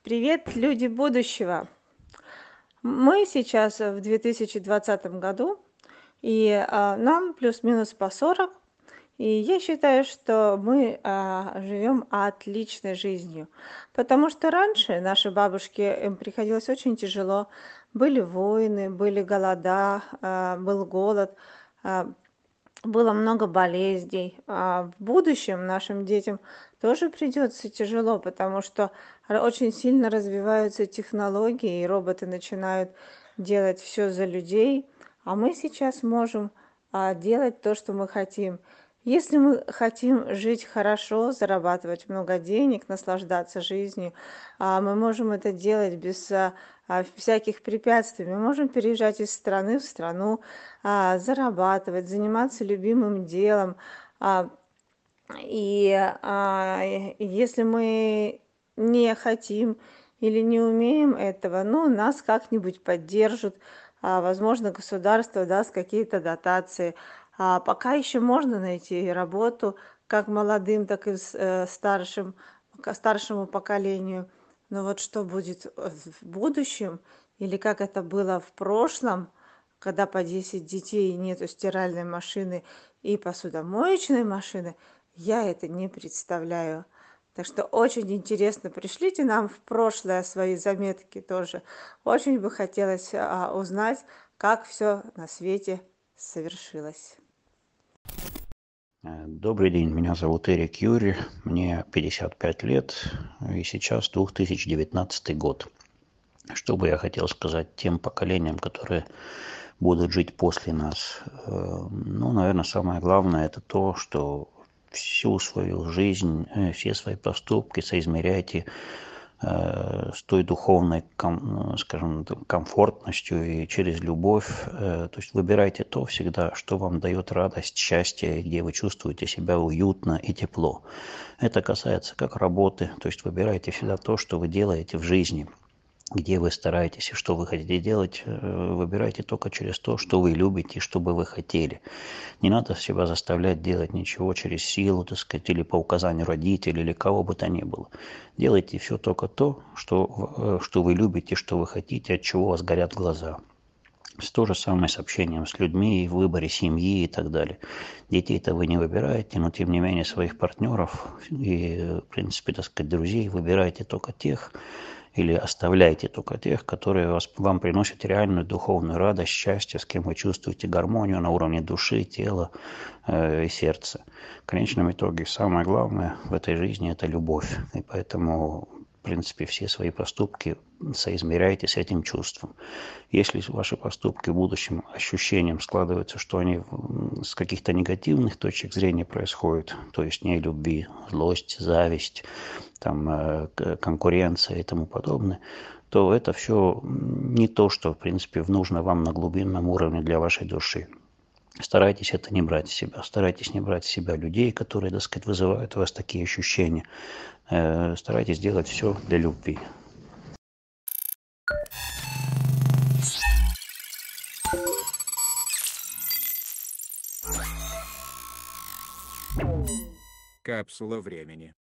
Привет, люди будущего! Мы сейчас в 2020 году, и нам плюс-минус по 40. И я считаю, что мы живем отличной жизнью, потому что раньше наши бабушки, им приходилось очень тяжело. Были войны, были голода, был голод, а, было много болезней. В будущем нашим детям тоже придется тяжело, потому что очень сильно развиваются технологии, и роботы начинают делать все за людей, а мы сейчас можем делать то, что мы хотим. Если мы хотим жить хорошо, зарабатывать много денег, наслаждаться жизнью, мы можем это делать без всяких препятствий. Мы можем переезжать из страны в страну, зарабатывать, заниматься любимым делом. А, Если мы не хотим или не умеем этого, ну, нас как-нибудь поддержат, возможно, государство даст какие-то дотации. Пока еще можно найти работу как молодым, так и старшим, старшему поколению. Но вот что будет в будущем, или как это было в прошлом, когда по 10 детей и нету стиральной машины и посудомоечной машины, я это не представляю. Так что очень интересно. Пришлите нам в прошлое свои заметки тоже. Очень бы хотелось узнать, как все на свете совершилось. Добрый день, меня зовут Эрик Юрий, мне 55 лет, и сейчас 2019 год. Что бы я хотел сказать тем поколениям, которые будут жить после нас? Ну, наверное, самое главное – это то, что всю свою жизнь, все свои поступки соизмеряйте с той духовной, скажем, комфортностью и через любовь. То есть выбирайте то всегда, что вам дает радость, счастье, где вы чувствуете себя уютно и тепло. Это касается как работы, то есть выбирайте всегда то, что вы делаете в жизни, где вы стараетесь и что вы хотите делать, выбирайте только через то, что вы любите и что бы вы хотели. Не надо себя заставлять делать ничего через силу, так сказать, или по указанию родителей, или кого бы то ни было. Делайте все только то, что вы любите, что вы хотите, от чего у вас горят глаза. То же самое с общением с людьми, в выборе семьи и так далее. Детей-то вы не выбираете, но тем не менее своих партнеров и, в принципе, так сказать, друзей выбираете только тех, или оставляйте только тех, которые вам приносят реальную духовную радость, счастье, с кем вы чувствуете гармонию на уровне души, тела и сердца. В конечном итоге самое главное в этой жизни – это любовь. И поэтому, в принципе, все свои поступки соизмеряйте с этим чувством. Если ваши поступки в будущем ощущением складываются, что они с каких-то негативных точек зрения происходят, то есть нелюбви, злость, зависть, там, конкуренция и тому подобное, то это все не то, что, в принципе, нужно вам на глубинном уровне для вашей души. Старайтесь это не брать в себя. Старайтесь не брать в себя людей, которые, так сказать, вызывают у вас такие ощущения. Старайтесь делать все для любви. Капсула времени.